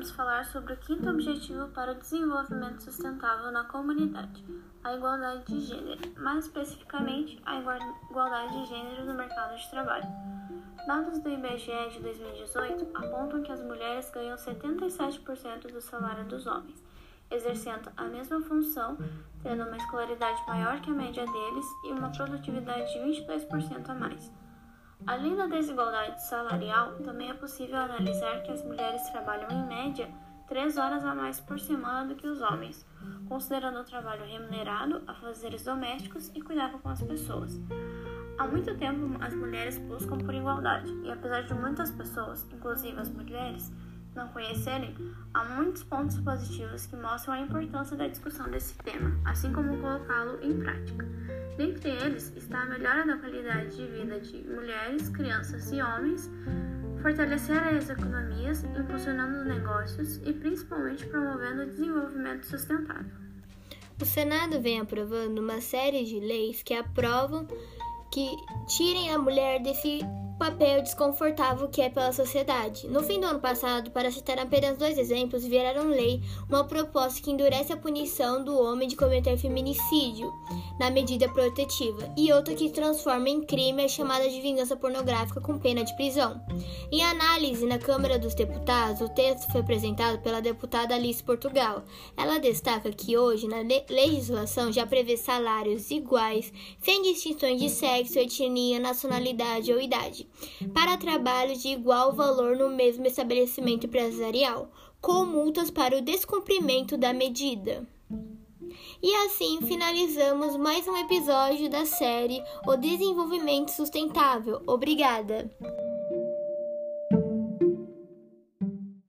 vamos falar sobre o quinto objetivo para o desenvolvimento sustentável na comunidade, a igualdade de gênero, mais especificamente a igualdade de gênero no mercado de trabalho. Dados do IBGE de 2018 apontam que as mulheres ganham 77% do salário dos homens, exercendo a mesma função, tendo uma escolaridade maior que a média deles e uma produtividade de 22% a mais. Além da desigualdade salarial, também é possível analisar que as mulheres trabalham em média 3 horas a mais por semana do que os homens, considerando o trabalho remunerado, afazeres domésticos e cuidado com as pessoas. Há muito tempo, as mulheres buscam por igualdade, e apesar de muitas pessoas, inclusive as mulheres, não conhecerem, há muitos pontos positivos que mostram a importância da discussão desse tema, assim como colocá-lo em prática. Dentre eles está a melhora da qualidade de vida de mulheres, crianças e homens, fortalecer as economias, impulsionando os negócios e principalmente promovendo o desenvolvimento sustentável. O Senado vem aprovando uma série de leis que aprovam que tirem a mulher desse papel desconfortável que é pela sociedade. No fim do ano passado, para citar apenas 2 exemplos, viraram lei uma proposta que endurece a punição do homem de cometer feminicídio na medida protetiva e outra que transforma em crime a chamada de vingança pornográfica com pena de prisão. Em análise na Câmara dos Deputados, o texto foi apresentado pela deputada Alice Portugal. Ela destaca que hoje na legislação já prevê salários iguais, sem distinções de sexo, etnia, nacionalidade ou idade, para trabalhos de igual valor no mesmo estabelecimento empresarial, com multas para o descumprimento da medida. E assim finalizamos mais um episódio da série O Desenvolvimento Sustentável. Obrigada!